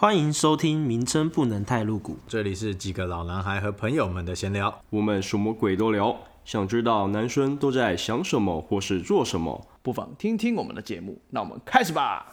欢迎收听，名称不能太露骨。 这里是几个老男孩和朋友们的闲聊， 我们什么鬼都聊。想知道男生都在想什么或是做什么， 不妨听听我们的节目。那我们开始吧。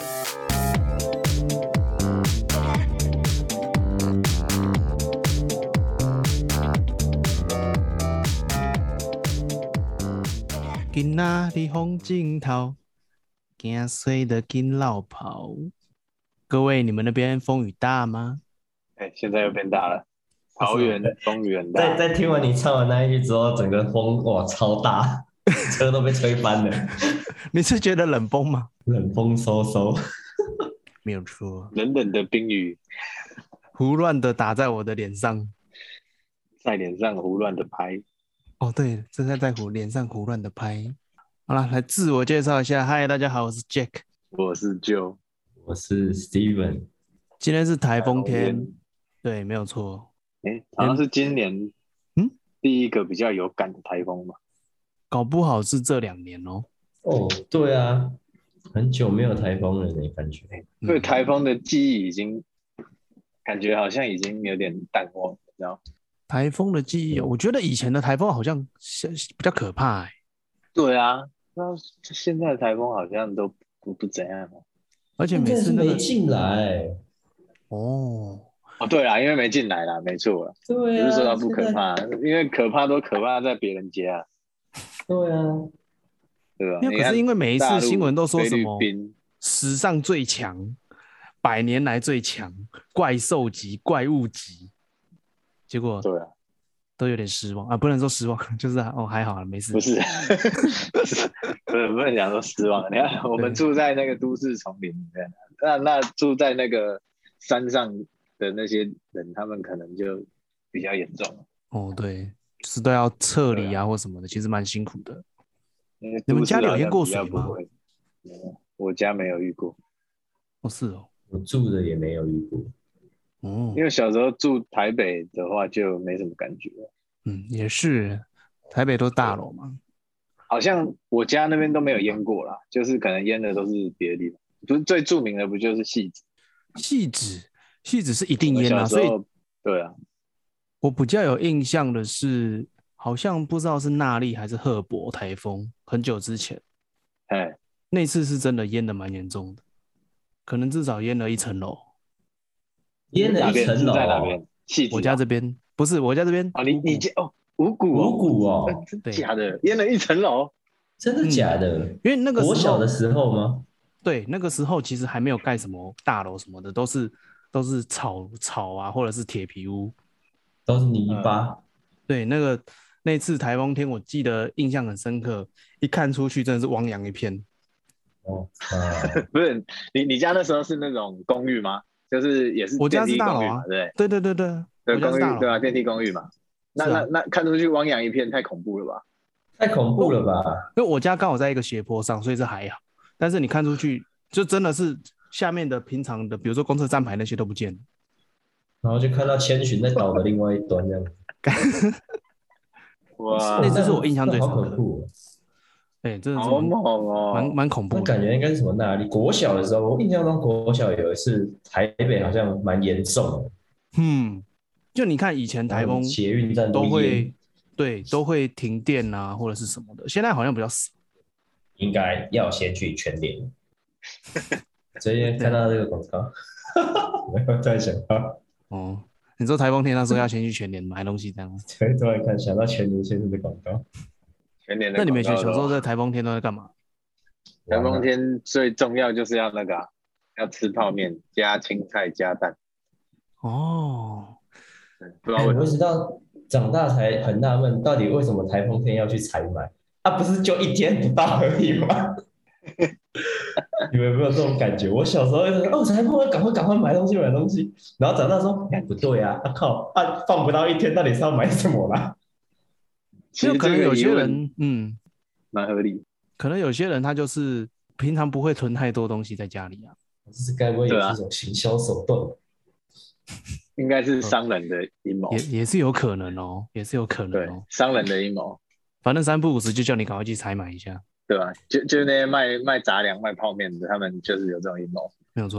今仔日风景头，惊睡的紧老跑。各位，你们那边风雨大吗？ 现在又变大了。桃园风雨很大。 在听完你唱完那一句之后，整个风哇超大，车都被吹翻了。 你是觉得冷风吗？ 冷风嗖嗖， 没有错。 冷冷的冰雨， 胡乱的打在我的脸上， 在脸上胡乱的拍。 哦，对，正在脸上胡乱的拍。好了，来自我介绍一下。嗨，大家好，我是 Jack， 我是 Joe， 我是 Steven。 今天是台风天，对，没有错。 好像是今年第一个比较有感的台风吧？ 搞不好是这2年哦。 哦，对啊，很久没有台风了呢，感觉。 对台风的记忆已经感觉好像已经有点淡忘，你知道？ 台风的记忆，我觉得以前的台风好像比较可怕。 对啊，那现在的台风好像都不怎样了。 而且每次没进来。 哦， 对啦，因为没进来啦，没错啦。 对啊， 不是说它不可怕，因为可怕都可怕在别人家。 对啊， 对吧？ 可是因为每一次新闻都说什么史上最强、100年来最强、怪兽级、怪物级，结果对啊， 都有点失望啊，不能说失望，就是还好啦，没事。 不是，不能讲说失望。你看，我们住在那个都市丛林里面，那住在那个山上的那些人，他们可能就比较严重。 哦，对，就是都要撤离啊或什么的，其实蛮辛苦的。你们家里有淹过水吗？ 我家没有遇过。 哦，是哦， 我住的也没有遇过。 哦， 因为小时候住台北的话就没什么感觉。 也是，台北都是大楼嘛。 好像我家那边都没有淹过啦，就是可能淹的都是别的地方。不是最著名的不就是汐止？ 汐止是一定淹啊，所以对啊。 我比较有印象的是，好像不知道是纳莉还是赫伯台风，很久之前，那次是真的淹的蛮严重的，可能至少淹了1层楼。 淹了1层楼？ 在哪边？ 我家这边不是，我家这边哦，你家哦，五股哦，真假的，淹了1层楼？ 真的假的？ 因为那个时候国小的时候吗？ 对，那个时候其实还没有盖什么大楼什么的，都是草啊，或者是铁皮屋， 都是泥巴。 对，那次台风天，我记得印象很深刻，一看出去真的是汪洋一片。 哦， 不是你家那时候是那种公寓吗？就是也是我家是大楼啊， 对， 公寓对吧？电梯公寓嘛。那看出去汪洋一片，太恐怖了吧？ 太恐怖了吧？ 因为我家刚好在一个斜坡上，所以这还好。但是你看出去，就真的是下面的平常的，比如说公车站牌那些都不见了， 然后就看到千寻在岛的另外一端这样子。 哇， 那次是我印象最深刻的。 好可怖。 真的是好猛哦， 蛮恐怖的。 那感觉应该是什么哪里？国小的时候，我印象中国小有一次台北好像蛮严重的。 就你看以前台风捷运站都会停电啊，或者是什么的，现在好像比较少。 应该要先去全联。最近看到这个广告，没有再想到。 哦，你说台风天那时候要先去全联买东西这样？ 对，突然想到全联先生的广告。 全联的广告。 那你们小时候在台风天都在干嘛？ 台风天最重要就是要要吃泡面加青菜加蛋。 哦， 不知道为什么。 我直到长大才很纳闷，到底为什么台风天要去采买？不是就1天不到而已吗？你们有没有这种感觉？我小时候台风赶快买东西，然后长大说不对啊，靠放不到1天，到底是要买什么啦？ 其实可能有些人蛮合理。 可能有些人他就是平常不会囤太多东西在家里啊。 这是该不会也是一种行销手段？ 应该是商人的阴谋。 也是有可能哦，也是有可能哦。 对，商人的阴谋。 反正3不5时就叫你赶快去采买一下， 对吧？就那些卖杂粮、卖泡面的，他们就是有这种阴谋。 没有错。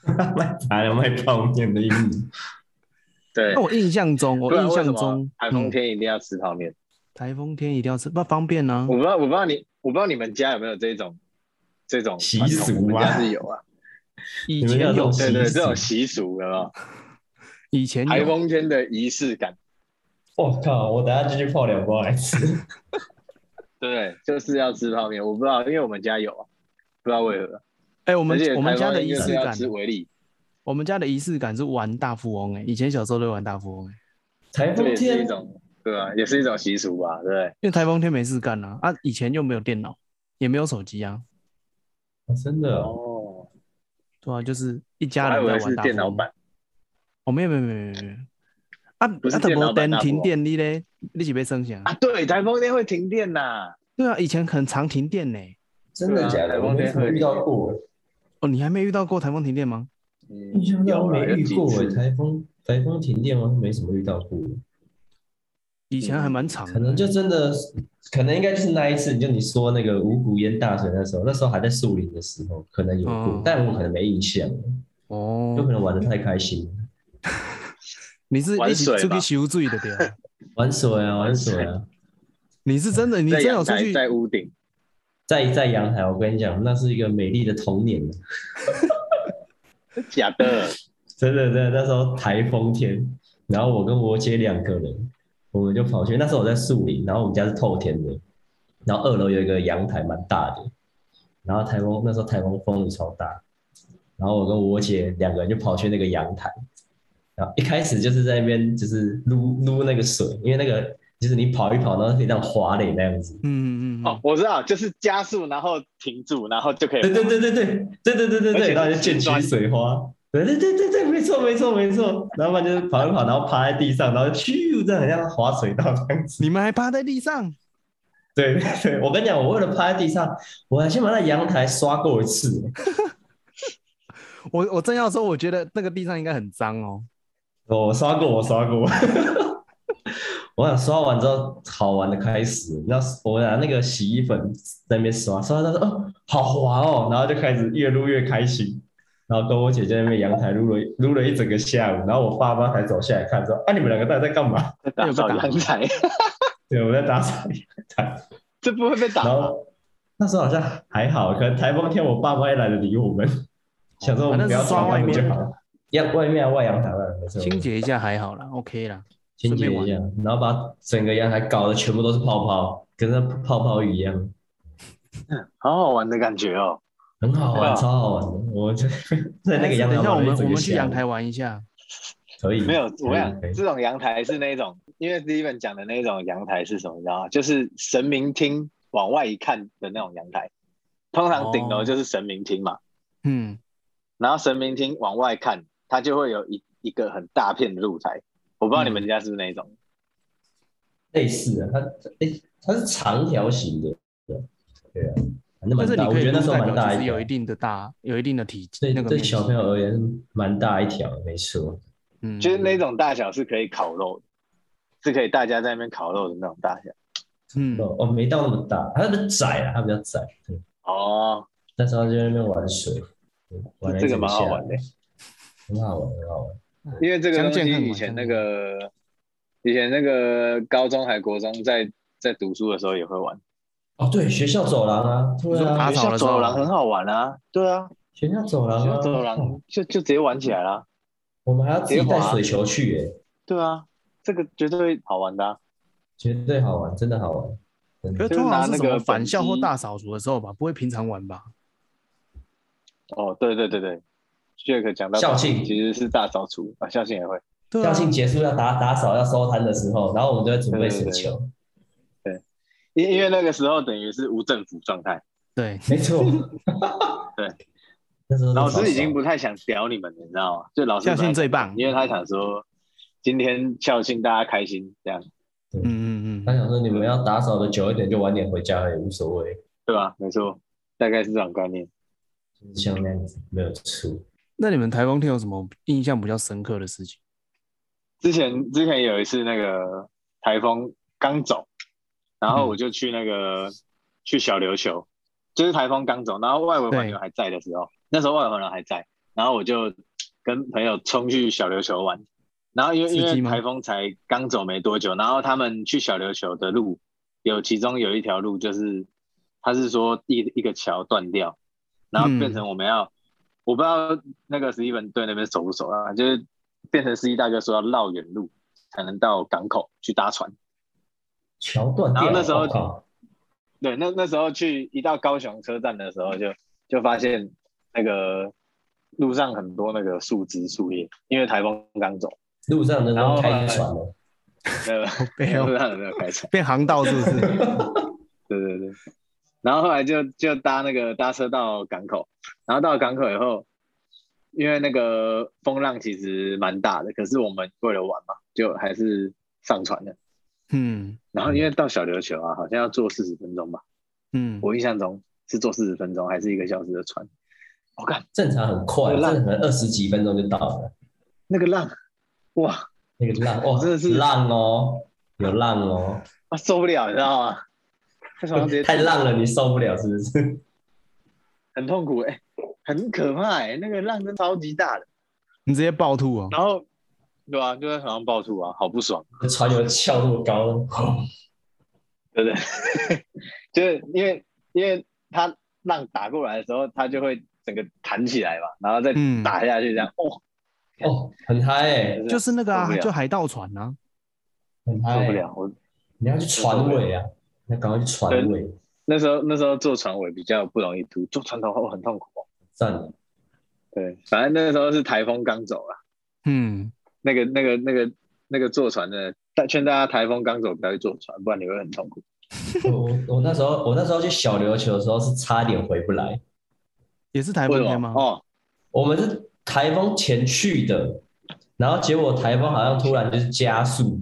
卖茶的卖泡面的印尼。 对， 那我印象中台风天一定要吃泡面。 台风天一定要吃，不方便啊。 我不知道你们家有没有这种习俗吗？ 我们家是有啊。 以前有， 对这种习俗有没有？ 以前有台风天的仪式感。 我靠！我等下就去泡2包来吃。 对，就是要吃泡面。我不知道，因为我们家有啊，不知道为何。 我们家的仪式感， 吃维力。 我们家的仪式感是玩大富翁以前小时候都玩大富翁台风天是一种，对啊，也是一种习俗吧，对不对？ 因为台风天没事干啊，以前又没有电脑，也没有手机啊。 真的哦。 对啊，就是一家人在玩大富翁。 是电脑版。 没有。不是电脑版停电你咧，你是要生啥啊？对，台风天会停电呐。 对啊，以前很常停电呢。 真的假的？我没遇到过。 你还没遇到过台风停电吗？ 印象中没遇过台风停电我没什么遇到过。 以前还蛮长的， 可能就真的，可能应该就是那一次，就你说那个五股淹大水那时候还在树林的时候，可能有过，但我可能没印象。有可能玩得太开心了。 你是一起出去游水的对啊？ 玩水啊！ 你真的有出去在屋顶， 在阳台？我跟你讲，那是一个美丽的童年。 假的， 真的，那时候台风天，然后我跟我姐2个人，我们就跑去。那时候我在树林，然后我们家是透天的，然后2楼有一个阳台，蛮大的。然后那时候台风风雨超大，然后我跟我姐2个人就跑去那个阳台。然后一开始就是在那边就是撸那个水，因为那个就是你跑一跑，然后可以这样滑垒那样子。 哦，我知道，就是加速，然后停住，然后就可以。 对，然后就溅起水花。对，没错。然后不然就是跑一跑，然后趴在地上，然后咻，这样很像滑水道这样子。 你们还趴在地上？ 对，我跟你讲，我为了趴在地上，我还先把那阳台刷过一次。 我正要说，我觉得那个地上应该很脏哦。 我刷过。我想刷完之后，好玩的开始。那我拿那个洗衣粉在那边刷，到好滑哦，然后就开始越撸越开心。然后跟我姐在那边阳台撸了一整个下午，然后我爸妈才走下来看说：“你们2个到底在干嘛？” 在打扫阳台。 对，我在打扫阳台。 这不会被打吗？ 那时候好像还好，可能台风天我爸妈也懒得理我们，想说我们不要刷外面就好了。外面外阳台没错。 清洁一下还好啦 ，OK 啦。 清洁一下，然后把整个阳台搞得全部都是泡泡，跟那泡泡浴一样。 好好玩的感觉哦。 很好玩，超好玩的。我就在那个阳台。 等一下，我们去阳台玩一下。 可以。 没有，我想这种阳台是那种，因为 Steven 讲的那种阳台是什么？你知道吗？就是神明厅往外一看的那种阳台。通常顶楼就是神明厅嘛。然后神明厅往外看，它就会有一个很大片的露台。我不知道你们家是不是那一种。 类似啊，它是长条形的。对啊。 但是你可以那时候蛮大一条， 有一定的体积， 对小朋友而言蛮大一条，没错。 就是那种大小是可以烤肉的，是可以大家在那边烤肉的那种大小。 没到那么大，它比较窄啊，它比较窄。对。那时候就在那边玩水，玩这个蛮好玩的， 很好玩。 因为这个东西以前那个高中还国中在读书的时候也会玩。 对，学校走廊啊，对啊， 学校走廊很好玩啊，对啊， 学校走廊就直接玩起来了。 我们还要自己带水球去耶。 对啊，这个绝对好玩的。 绝对好玩，真的好玩。 可是通常是什么返校或大扫除的时候吧，不会平常玩吧？ 对，Jack 讲到校庆其实是大扫除啊，校庆也会。 校庆结束要打扫要收摊的时候，然后我们就会准备水球。 因为那个时候等于是无政府状态。 对， 没错。 对， 那时候老师已经不太想屌你们了，你知道吗？就老师校庆最棒， 因为他想说今天校庆大家开心这样。 他想说你们要打扫的久一点，就晚点回家也无所谓， 对吧？没错，大概是这种观念。 像那样子没有错。 那你们台风天有什么印象比较深刻的事情？ 之前有一次那个台风刚走。然后我就去去小琉球，就是台风刚走，然后外围环流还在的时候，那时候外围环流还在， 然后我就跟朋友冲去小琉球玩。然后因为台风才刚走没多久，然后他们去小琉球的路其中有一条路就是他是说一个桥断掉，然后变成我们要我不知道那个史蒂芬对那边熟不熟啊，就是变成司机大哥说要绕远路才能到港口去搭船。 桥断掉， 然后那时候对那时候一到高雄车站的时候就发现那个路上很多那个树枝树叶，因为台风刚走， 路上的都开船了， 路上有没有开船？ 变航道是不是？ 对对对。然后后来就搭车到港口，然后到港口以后，因为那个风浪其实蛮大的，可是我们为了玩嘛，就还是上船了。然后因为到小琉球啊，好像要坐40分钟吧。我印象中是坐40分钟，还是1个小时的船。我看正常很快，正常20几分钟就到了。 那个浪，哇， 那个浪，哇，真的是浪哦，有浪哦， 受不了，你知道吗？ 太浪了，你受不了是不是？ 很痛苦很可怕那个浪真超级大的， 你直接爆吐哦。 然后对啊，就在船上爆吐啊，好不爽。 船有翘那么高， 对不对？就是因为它浪打过来的时候，它就会整个弹起来嘛，然后再打下去这样， 很嗨就是那个啊，就海盗船啊， 很嗨，受不了，你要去船尾啊。那赶快去船尾。 那时候坐船尾比较不容易吐，坐船头很痛苦赞了。 对，反正那个时候是台风刚走了。那个坐船的，劝大家台风刚走不要去坐船，不然你会很痛苦。 我那时候去小琉球的时候是差点回不来。 也是台风天吗？ 我们是台风前去的，然后结果台风好像突然就是加速。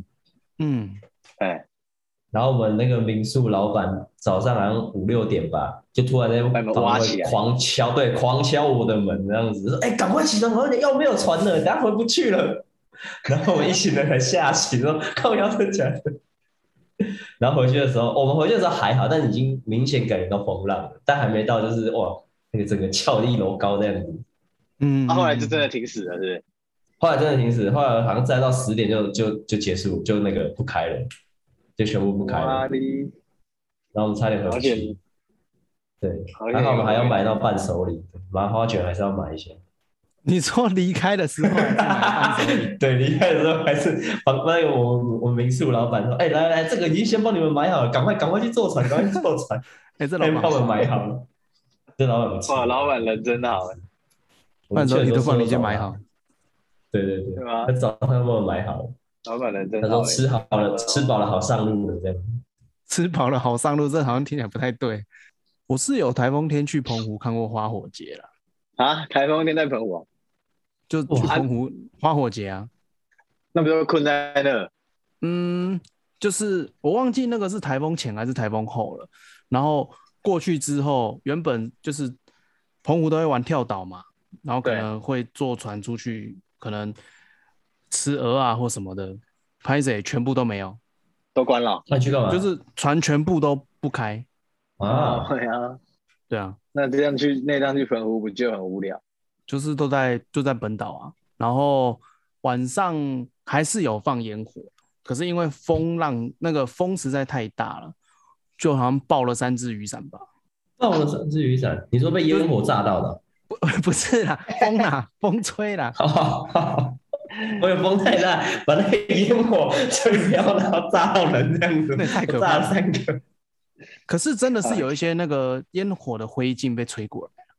然后我们那个民宿老板早上好像5、6点吧，就突然在挖起来狂敲我的门这样子，说赶快起床，要没有船了，等下回不去了。然后我们一群人才下起，说靠腰真假的。然后回去的时候，我们回去的时候还好，但已经明显感觉到风浪了，但还没到就是哇那个整个翘1楼高这样子。 后来就真的停驶了，是不是？ 后来真的停驶，后来好像再到10点就结束，就那个不开了。就全部不开了，然后我们差点回不去。对，还好我们还要买到伴手礼，麻花卷还是要买一些。 你说离开的时候还是买伴手礼？ 对，离开的时候还是那个我民宿老板说，来，这个已经先帮你们买好了，赶快去坐船，赶快去坐船。 这老板帮我们买好了。这老板不错， 哇，老板人真好。 伴手礼都帮你先买好。 对，他早上帮我买好了。 老板人真好。 他说吃饱了好上路了这样。 吃饱了好上路，这好像听起来不太对。我是有台风天去澎湖看过花火节啦。 台风天在澎湖？ 就去澎湖花火节啊。 那不就困在那？ 就是我忘记那个是台风前还是台风后了。然后过去之后，原本就是澎湖都会玩跳岛嘛，然后可能会坐船出去，可能吃鹅啊或什么的，拍摄全部都没有， 都关了。 那去干嘛？ 就是船全部都不开啊。 对啊。 那这样去澎湖不就很无聊？ 就是就在本岛啊，然后晚上还是有放烟火，可是因为风浪那个风实在太大了，就好像爆了3只雨伞吧。 爆了3只雨伞？你说被烟火炸到的？ 不是啦，风啊，风吹啦。 我有风太大，把那个烟火吹飘，然后炸到人这样子， 那太可怕了。 炸了3个。 可是真的是有一些那个烟火的灰烬被吹过来，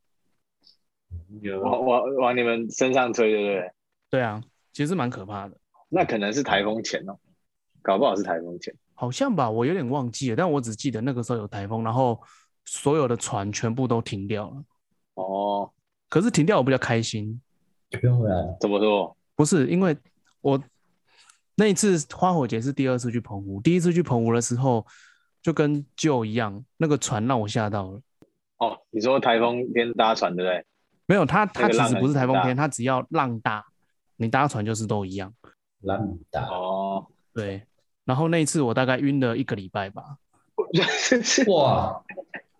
往你们身上吹，对不对？ 对啊，其实蛮可怕的。 那可能是台风前哦，搞不好是台风前， 好像吧，我有点忘记了，但我只记得那个时候有台风，然后所有的船全部都停掉了。可是停掉我比较开心。 不用回来了？ 怎么说？ 不是，因为我那一次花火节是第2次去澎湖，第1次去澎湖的时候就跟旧一样，那个船让我吓到了。 你说台风天搭船对不对？ 没有，它其实不是台风天，它只要浪大，你搭船就是都一样。 浪大。 对。然后那一次我大概晕了1个礼拜吧。 哇！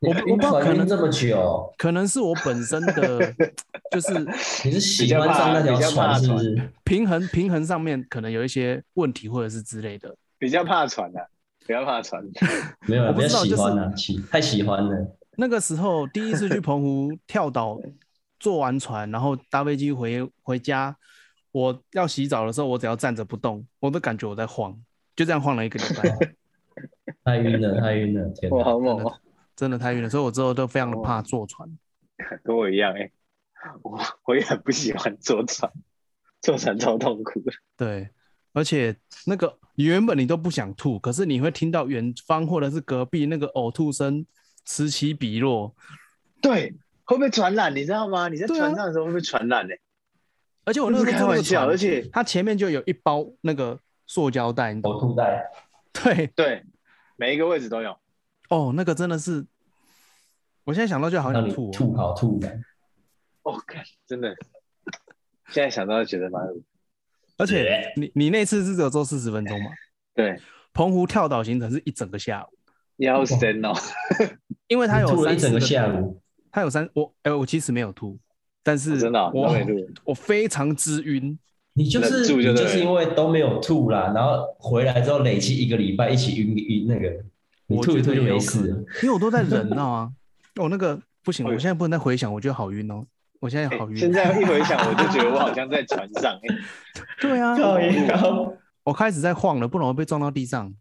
我不知道可能这么久， 可能是我本身的就是你是喜欢上那条船是不是？ 平衡上面可能有一些问题或者是之类的， 比较怕船啊，比较怕船。 没有， 我不知道比较喜欢啊，太喜欢了。 那个时候第一次去澎湖跳岛，坐完船然后搭飞机回家，我要洗澡的时候，我只要站着不动，我都感觉我在晃，就这样晃了1个礼拜。 太晕了，天哪！ 哇，好猛哦！ 真的太晕了，所以我之后都非常的怕坐船。 跟我一样我也很不喜欢坐船，坐船超痛苦的。 对，而且那个原本你都不想吐，可是你会听到远方或者是隔壁那个呕吐声此起彼落。 对，会不会传染？你知道吗？你在船上的时候会不会传染呢？ 而且我那时候开玩笑，而且它前面就有一包那个塑胶袋， 呕吐袋。 对，每一个位置都有。 哦，那个真的是，我现在想到就好想吐， 好吐的。 哦，真的，现在想到觉得蛮恶。 而且你那次是只有做40分钟嘛？ 对， 澎湖跳岛行程是一整个下午， 要深哦。 因为它有吐了一整个下午， 它有我其实没有吐，但是真的我非常之晕。 你就是因为都没有吐啦，然后回来之后累积1个礼拜一起晕那个，你吐一吐就没事了。 因为我都在忍啊，我那个不行，我现在不能再回想，我觉得好晕哦，我现在好晕。 现在一回想，我就觉得我好像在船上。 对啊，我开始在晃了，不然我被撞到地上。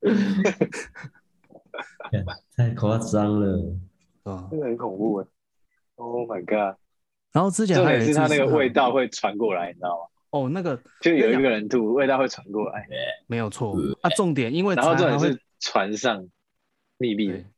太夸张了， 真的很恐怖哎 ！Oh my god！ 然后之前还有一次是他那个味道会传过来，你知道吗？ 哦，那个就有一个人吐，味道会传过来， 没有错啊。重点因为然后重点是船上密闭的，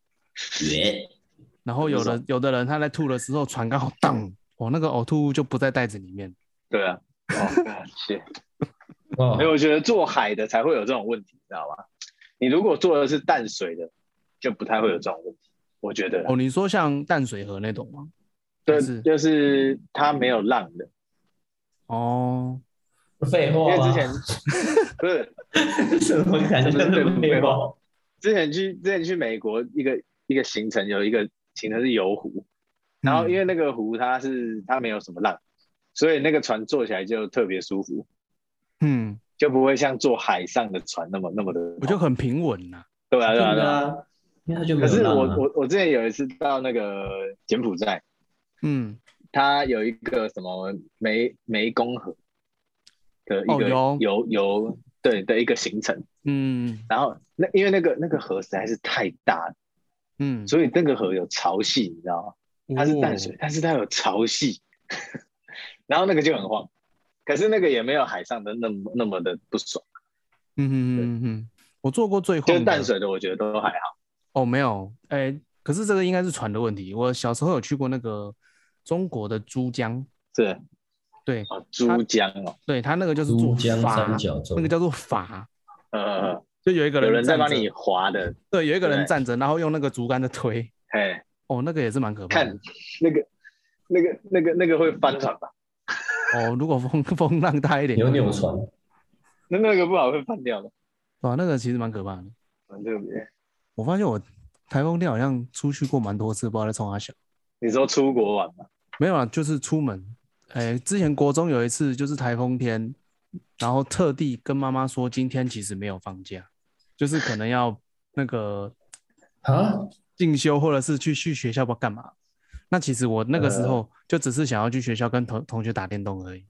然后有的人他在吐的时候，船刚好荡，那个呕吐物就不在袋子里面。 对啊，谢。因为我觉得做海的才会有这种问题，你知道吗？你如果做的是淡水的，就不太会有这种问题，我觉得。 你说像淡水河那种吗？ 对，就是它没有浪的。 哦， 废话。 因为之前不是什么感觉是废话？ 之前去美国一个行程，有一个行程是游湖，然后因为那个湖它没有什么浪，所以那个船坐起来就特别舒服。就不会像坐海上的船那么的， 我就很平稳呐。 对啊， 因为它就没有浪啊。 可是我之前有一次到那个柬埔寨，它有一个什么湄公河的一个游对的一个行程，然后因为那个河实在是太大了，所以那个河有潮汐，你知道吗？它是淡水，但是它有潮汐，然后那个就很晃。可是那个也没有海上的那么的不爽。我做过最晃的，就是淡水的，我觉得都还好。 哦，没有，可是这个应该是船的问题。我小时候有去过那个中国的珠江，对， 珠江哦， 对，他那个就是做筏，那个叫做筏，就有一个人在帮你划的， 对，有一个人站着，然后用那个竹竿在推，那个也是蛮可怕的。 看那个会翻船吧？ 如果风浪大一点， 扭船， 那个不好会翻掉的。 哇，那个其实蛮可怕的， 蛮特别。 我发现我台风天好像出去过蛮多次，不知道在冲啥小。 你说出国玩吗？ 没有啊，就是出门。之前国中有一次就是台风天，然后特地跟妈妈说今天其实没有放假，就是可能要那个进修或者是去学校不知道干嘛。那其实我那个时候就只是想要去学校跟同学打电动而已。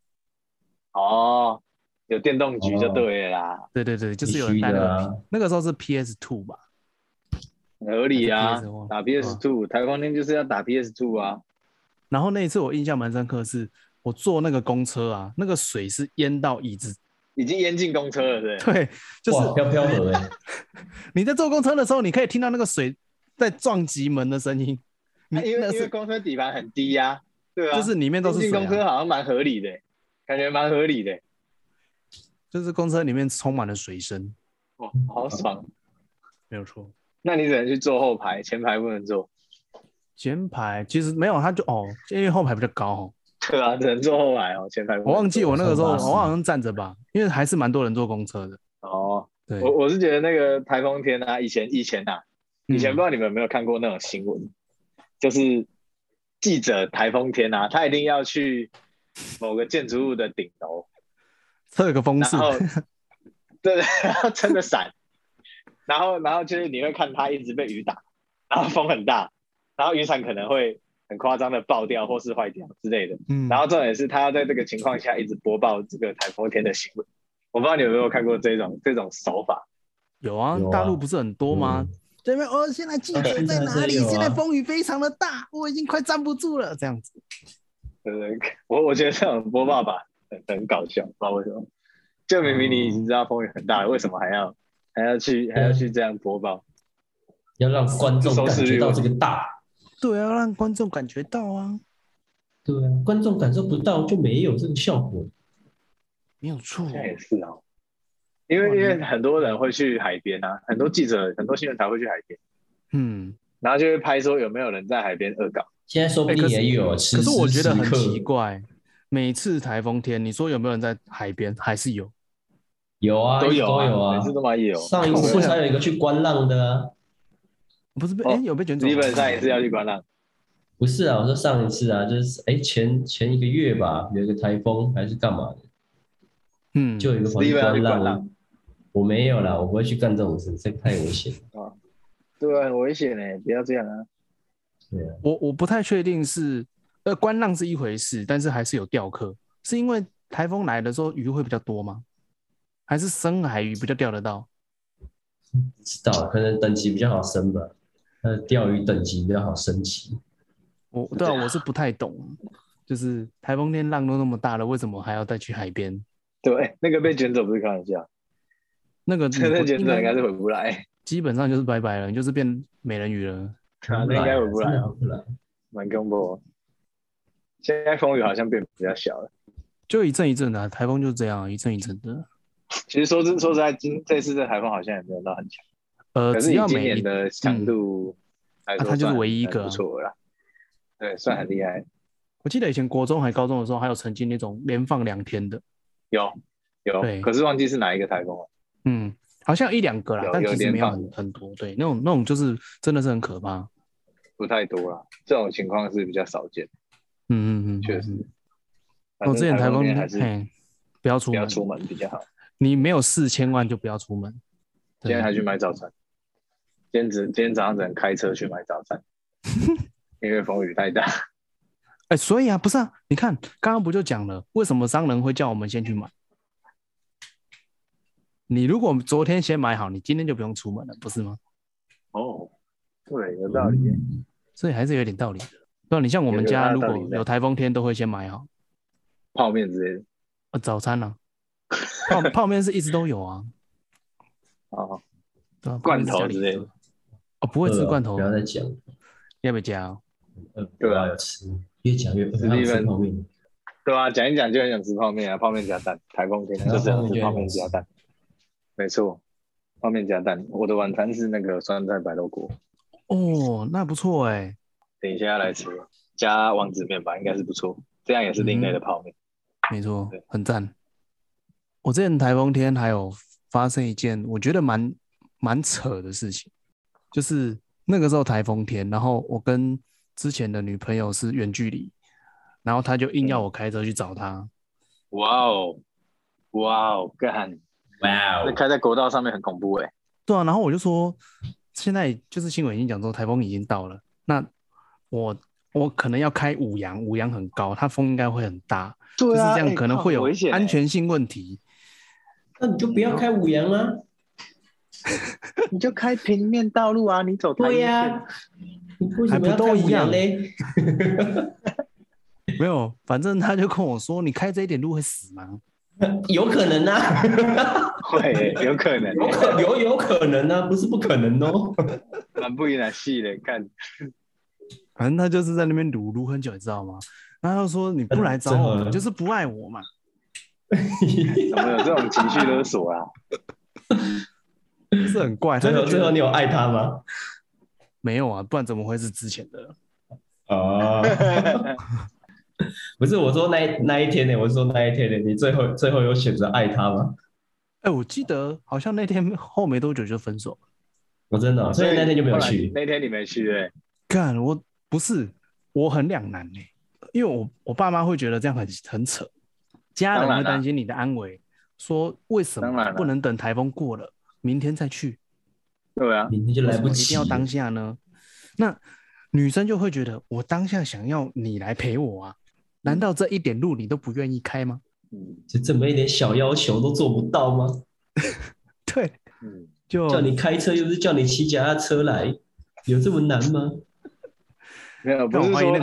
有电动局就对了啦。 对，就是有人带那个时候是 PS2 吧， 合理啊，打 PS2，台风天就是要打 PS2 啊。 然后那一次我印象蛮深刻，是我坐那个公车啊，那个水是淹到椅子， 已经淹进公车了，对。 对，就是飘河你在坐公车的时候，你可以听到那个水在撞击门的声音。 因为公车底盘很低啊，对啊， 就是里面都是水。 公车好像蛮合理的，感觉蛮合理的。 就是公车里面充满了水声， 好爽， 没有错。 那你只能去坐后排，前排不能坐。 前排其实没有，他就因为后排比较高对啊，只能坐后排前排。 我忘记我那个时候我好像站着吧，因为还是蛮多人坐公车的。 对，我是觉得那个台风天啊，以前啊， 以前不知道你们有没有看过那种新闻，就是记者台风天啊，他一定要去某个建筑物的顶楼测个风速， 对，然后撑着伞，然后就是你会看他一直被雨打，然后风很大，然后雨伞可能会很夸张的爆掉或是坏掉之类的。然后重点是他要在这个情况下一直播报这个台风天的新闻。我不知道你有没有看过这种手法？ 有啊，大陆不是很多吗？这边现在季节在哪里？现在风雨非常的大，我已经快站不住了，这样子。 对，我觉得这种播报法很搞笑，不知道为什么。就明明你已经知道风雨很大了，为什么还要去这样播报？ 要让观众感觉到这个大。 对啊，要让观众感觉到啊。 对啊，观众感受不到就没有这个效果。 没有错， 这也是啊。因为很多人会去海边啊，很多记者、很多新闻台会去海边，然后就会拍说有没有人在海边恶搞。 现在说不定也有， 可是我觉得很奇怪，每次台风天，你说有没有人在海边？还是有？ 有啊， 都有啊， 每次都蛮有。 上一次还有一个去观浪的啊， 不是有被卷走？ 基本上也是要去观浪。 不是啊，我说上一次啊，就是前一个月吧，有一个台风还是干嘛的，就有一个跑去观浪。我没有啦，我不会去干这种事，这太危险了。 对啊，很危险欸，不要这样啊。 对啊， 我不太确定是观浪是一回事，但是还是有钓客，是因为台风来的时候鱼会比较多吗？还是深海鱼比较钓得到？ 不知道，可能等级比较好升吧，钓鱼等级比较好升级。 对啊，我是不太懂，就是台风天浪都那么大了，为什么还要再去海边？ 对，那个被卷走不是开玩笑。 那个真的卷走应该是回不来， 基本上就是拜拜了，你就是变美人鱼了。 那应该回不来，蛮恐怖。现在风雨好像变比较小了， 就一阵一阵的，台风就是这样，一阵一阵的。 其实说实在，这次的台风好像也没有到很强。可是以今年的强度来说， 它就是唯一一个， 不错了。对，算很厉害。 我记得以前国中还高中的时候，还有曾经那种连放2天的。 有，可是忘记是哪一个台风了。 好像1、2个啦，但其实没有很多。对，那种就是真的是很可怕。 不太多啦，这种情况是比较少见。确实。 我之前台风还是不要出门比较好。 你没有4000万就不要出门。 今天还去买早餐，今天早上只能开车去买早餐，因为风雨太大。 所以啊，不是啊，你看刚刚不就讲了，为什么商人会叫我们先去买？你如果昨天先买好，你今天就不用出门了，不是吗？ 对，有道理耶。 所以还是有点道理的。对，你像我们家如果有台风天，都会先买好泡面之类的。 早餐啊，泡面是一直都有啊。对啊， 罐头之类的。 不会吃罐头。 不要再讲。 要不要加？ 对啊，要吃，越讲越饿，想吃泡面。 对啊，讲一讲就很想吃泡面啊，泡面加蛋，台风天就是想吃泡面加蛋。没错，泡面加蛋。我的晚餐是那个酸菜白肉锅。 那不错哎。 等一下来吃，加王子面吧，应该是不错。这样也是另类的泡面。 没错，很赞。我之前台风天还有发生一件我觉得蛮扯的事情，就是那个时候台风天，然后我跟之前的女朋友是远距离，然后她就硬要我开车去找她。 哇哦，干！那开在国道上面很恐怖哎。 对啊，然后我就说，现在就是新闻已经讲说台风已经到了，那我可能要开五羊很高，它风应该会很大， 对啊， 就是这样可能会有安全性问题。 那你就不要开五羊啊， 你就开平面道路啊，你走台对呀，你为什么要开五羊嘞？ 没有，反正他就跟我说，你开这一点路会死吗？ 有可能啊， 会有可能， 有可能啊，不是不可能哦。 蛮不一样细的看， 反正他就是在那边撸很久，你知道吗？然后他就说你不来找我，你就是不爱我嘛。 有没有这种情绪勒索啊？ 是很怪。 最后你有爱他吗？ 没有啊，不然怎么会是之前的？ 不是我说那一天呢，我是说那一天呢，你最后有选择爱他吗？ 我记得好像那天后没多久就分手了。 我真的哦，所以那天就没有去。 那天你没去对？ 干，我不是，我很两难欸，因为我爸妈会觉得这样很扯，家人会担心你的安危，说为什么不能等台风过了，明天再去？ 对啊， 明天就来不及， 一定要当下呢？那女生就会觉得，我当下想要你来陪我啊，难道这一点路你都不愿意开吗？ 就这么一点小要求都做不到吗？ 对，就叫你开车又不是叫你骑脚踏车来，有这么难吗？ 没有，不是说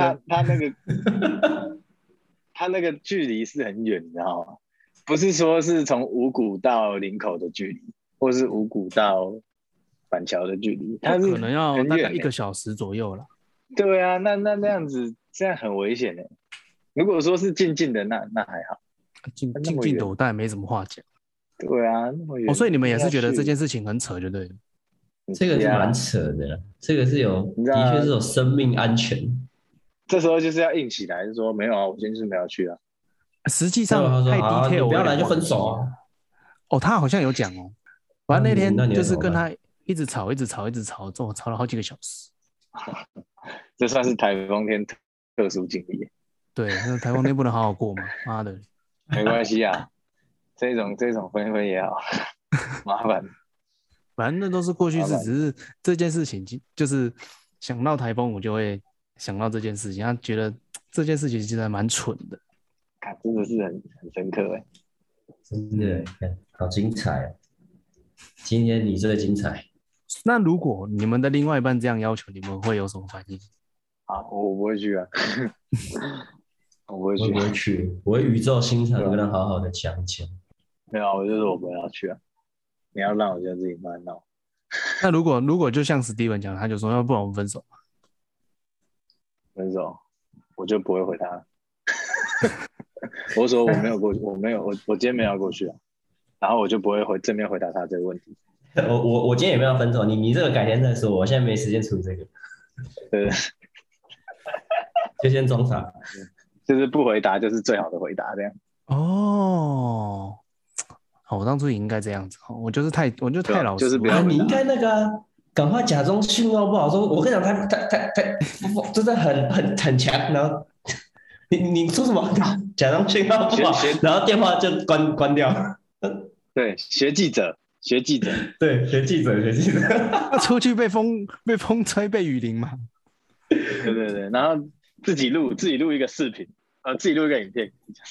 他那个距离是很远，你知道吗？不是说是从五股到林口的距离，或是五股到板桥的距离，它是可能要大概1个小时左右啦。 对啊，那样子这样很危险的。如果说是近的，那还好。 近的我当然没什么话讲。 对啊，那么远。 所以你们也是觉得这件事情很扯，就对了。 这个是蛮扯的，这个是的确是有生命安全。 这时候就是要硬起来，就说没有啊，我今天就是没有去啊。 实际上太 detail， 你不要来就分手啊。 他好像有讲哦。反正那天就是跟他一直吵，吵了好几个小时。 这算是台风天特殊经历。 对，那台风天不能好好过吗？妈的， 没关系啊，这种分也好，麻烦。 反正那都是过去式，只是这件事情就是想到台风，我就会想到这件事情。他觉得这件事情其实还蛮蠢的， 真的是很深刻哎， 真的好精彩啊！今天你最精彩。 那如果你们的另外一半这样要求，你们会有什么反应？ 我不会去啊，我不会去，我会语重心长跟他好好的讲一讲。 没有，我就说我不要去啊，你要让我就自己慢慢闹。 那如果就像 Steven 讲，他就说要不然我们分手。 分手，我就不会回他。我说我没有过去，我今天没有要过去啊，然后我就不会正面回答他这个问题。 我今天也没有分手，你这个改天再说，我现在没时间处理这个。 对， 就先装傻， 就是不回答就是最好的回答，这样。 哦，好，我当初也应该这样子，我就太老实， 就是不要。 你应该那个赶快假装信号不好，说我跟你讲，他真的很强，然后你说什么？假装信号不好，然后电话就关掉。 对，学记者。 对，学记者。 他出去被风吹被雨淋嘛？ 对，然后自己录一个视频，自己录一个影片，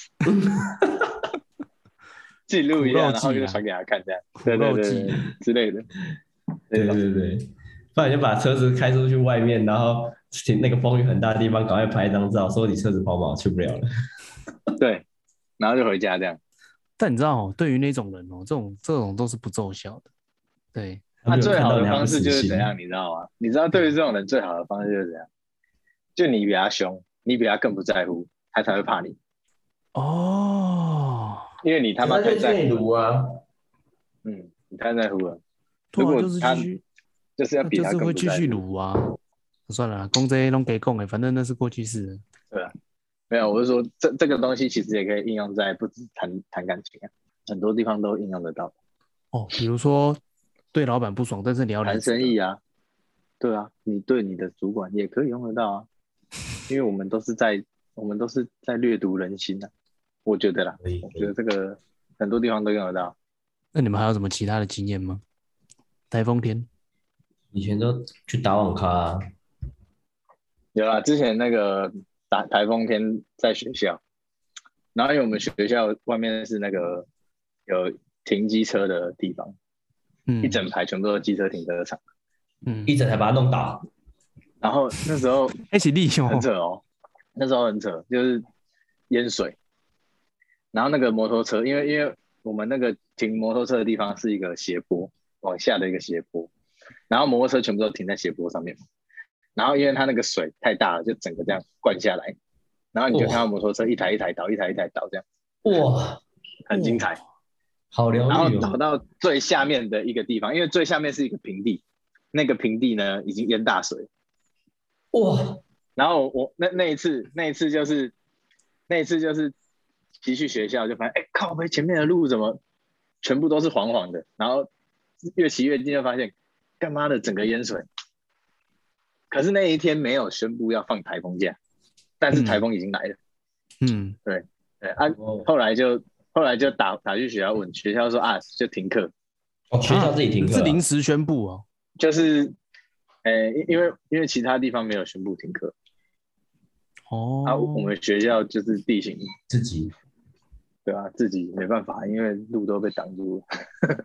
自己录一下，然后就传给他看，这样。对之类的。 对，不然就把车子开出去外面，然后那个风雨很大的地方，赶快拍一张照，说你车子跑不好，去不了了。 对，然后就回家这样。 但你知道对于那种人这种都是不奏效的。对， 他最好的方式就是怎样，你知道吗？你知道对于这种人最好的方式就是怎样？就你比他凶，你比他更不在乎，他才会怕你。 哦， 因为你他妈太在乎啊。 你太在乎了。 如果他就是要比他更不在乎， 就是会继续撸啊。算了，讲这些都给讲的，反正那是过去式。 对啊。没有，我是说这个东西其实也可以应用在不止谈感情啊，很多地方都应用得到。 比如说对老板不爽，但是你要谈生意啊，对啊，你对你的主管也可以用得到啊，因为我们都是在掠夺人心啊，我觉得啦，我觉得这个很多地方都用得到。 那你们还有什么其他的经验吗？台风天， 以前都去打网咖啊。 有啦，之前那个台风天在学校，然后因为我们学校外面是那个有停机车的地方，一整排全部都是机车停车场， 一整台把它弄倒。 然后那时候一起立胸， 很扯哦，那时候很扯，就是淹水，然后那个摩托车，因为我们那个停摩托车的地方是一个斜坡，往下的一个斜坡，然后摩托车全部都停在斜坡上面。然后因为它那个水太大了，就整个这样灌下来，然后你就看到摩托车一台一台倒，一台一台倒这样。 哇， 很精彩， 好疗愈。 然后倒到最下面的一个地方，因为最下面是一个平地，那个平地呢已经淹大水。 哇！ 然后我那一次就是骑去学校就发现，靠北前面的路怎么全部都是黄黄的，然后越骑越近就发现， 干妈的整个淹水。可是那一天没有宣布要放台风假，但是台风已经来了。对啊，后来就打去学校问，学校说啊就停课。 学校自己停课， 是临时宣布哦。 就是因为其他地方没有宣布停课。我们学校就是地形自己， 对啊，自己没办法，因为路都被挡住了。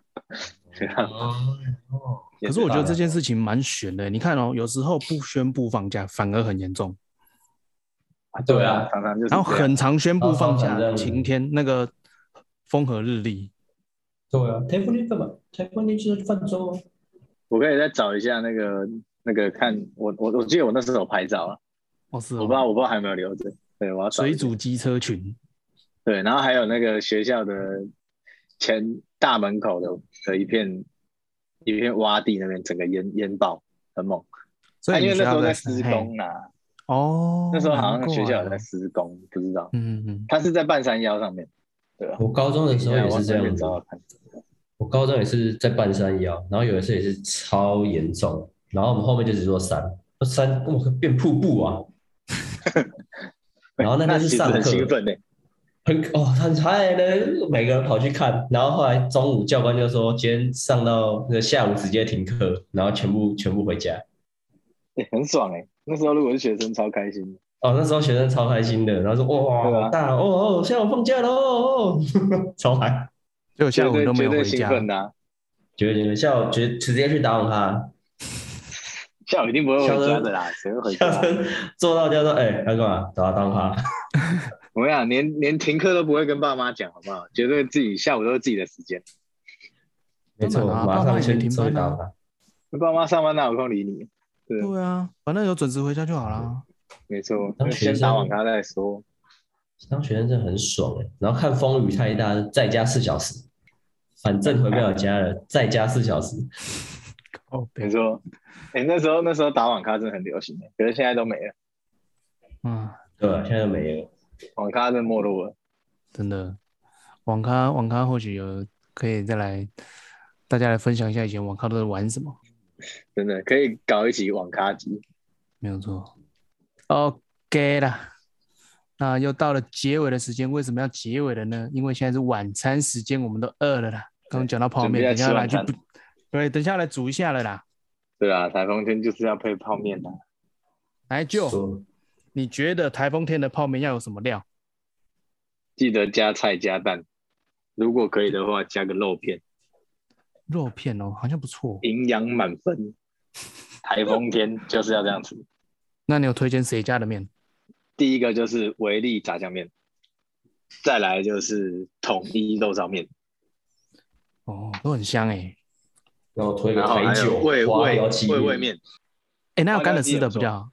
可是我觉得这件事情蛮悬的，你看哦，有时候不宣布放假反而很严重。 对啊， 常常就是。 然后很常宣布放假，晴天那个风和日丽。 对啊，台风天干嘛？台风天就是泛舟啊。 我可以再找一下那个看我记得我那时候有拍照啊。 是哦。 我不知道还有没有留着。对，我要找。 水煮机车群。 对，然后还有那个学校的前大门口的一片洼地那边，整个淹爆，很猛。 所以因为那时候在施工啦。那时候好像学校有在施工，不知道。它是在半山腰上面。对啊。 我高中的时候也是这样子。我高中也是在半山腰，然后有一次也是超严重，然后我们后面就是座山变瀑布啊。然后那天是上课， 很兴奋欸。 很嗨呢，每个人跑去看，然后后来中午教官就说今天上到那个下午直接停课，然后全部回家。 很爽欸，那时候如果是学生超开心的。 那时候学生超开心的，然后说哇好大下午放假喽，超嗨。 结果下午都没有回家。 绝对兴奋的啊。 下午直接去打网咖。 下午一定不会回家的啦，谁会回家？ 坐到家说要干嘛？打网咖。 我跟你讲，连停课都不会跟爸妈讲，好不好？绝对自己下午都是自己的时间。 没错，马上先停班啊。 爸妈上班哪有空理你？ 对啊，反正有准时回家就好啦。 没错，先打网咖再说。 当学生真的很爽然后看风雨太大，再加4小时，反正回不了家了，再加4小时。 没错。那时候打网咖真的很流行可是现在都没了。 对啊，现在都没了。 网咖真的没落了。 真的，网咖或许可以再来，大家来分享一下以前网咖都在玩什么。 真的可以搞一集网咖集。 没有错。OK 啦，那又到了结尾的时间。为什么要结尾了呢？因为现在是晚餐时间，我们都饿了啦。刚刚讲到泡面，等一下等一下来煮一下了啦。 对啊，台风天就是要配泡面的。 来就你觉得台风天的泡面要有什么料？ 记得加菜加蛋，如果可以的话加个肉片。 肉片好像不错， 营养满分。台风天就是要这样吃。 那你有推荐谁家的面？ 第一个就是维力炸酱面，再来就是统一肉燥面。 都很香然后推个台酒味面。 那有干的湿的比较好。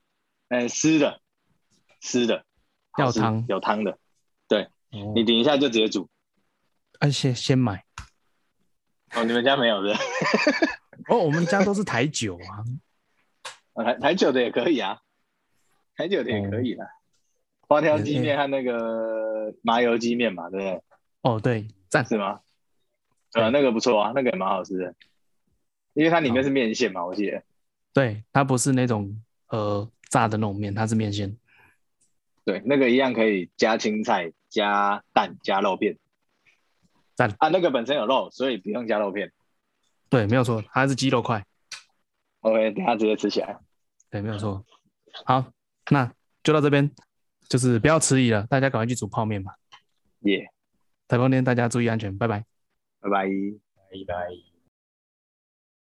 湿的要汤， 有汤的。对，你等一下就直接煮。 先买。 你们家没有的？ 我们家都是台酒啊。台酒的也可以啊，台酒的也可以啦。花雕鸡面和那个麻油鸡面嘛，对不对？ 对，赞。 是吗？那个不错啊，那个也蛮好吃的，因为它里面是面线嘛，我记得。对， 它不是那种炸的那种面，它是面线。 对，那个一样可以加青菜、加蛋、加肉片。 赞啊，那个本身有肉，所以不用加肉片。 对，没有错，它是鸡肉块。 OK， 等一下直接吃起来。 对，没有错。好，那就到这边，就是不要迟疑了，大家赶快去煮泡面吧。 耶！ 台风天大家注意安全，拜拜。 拜拜。 拜拜。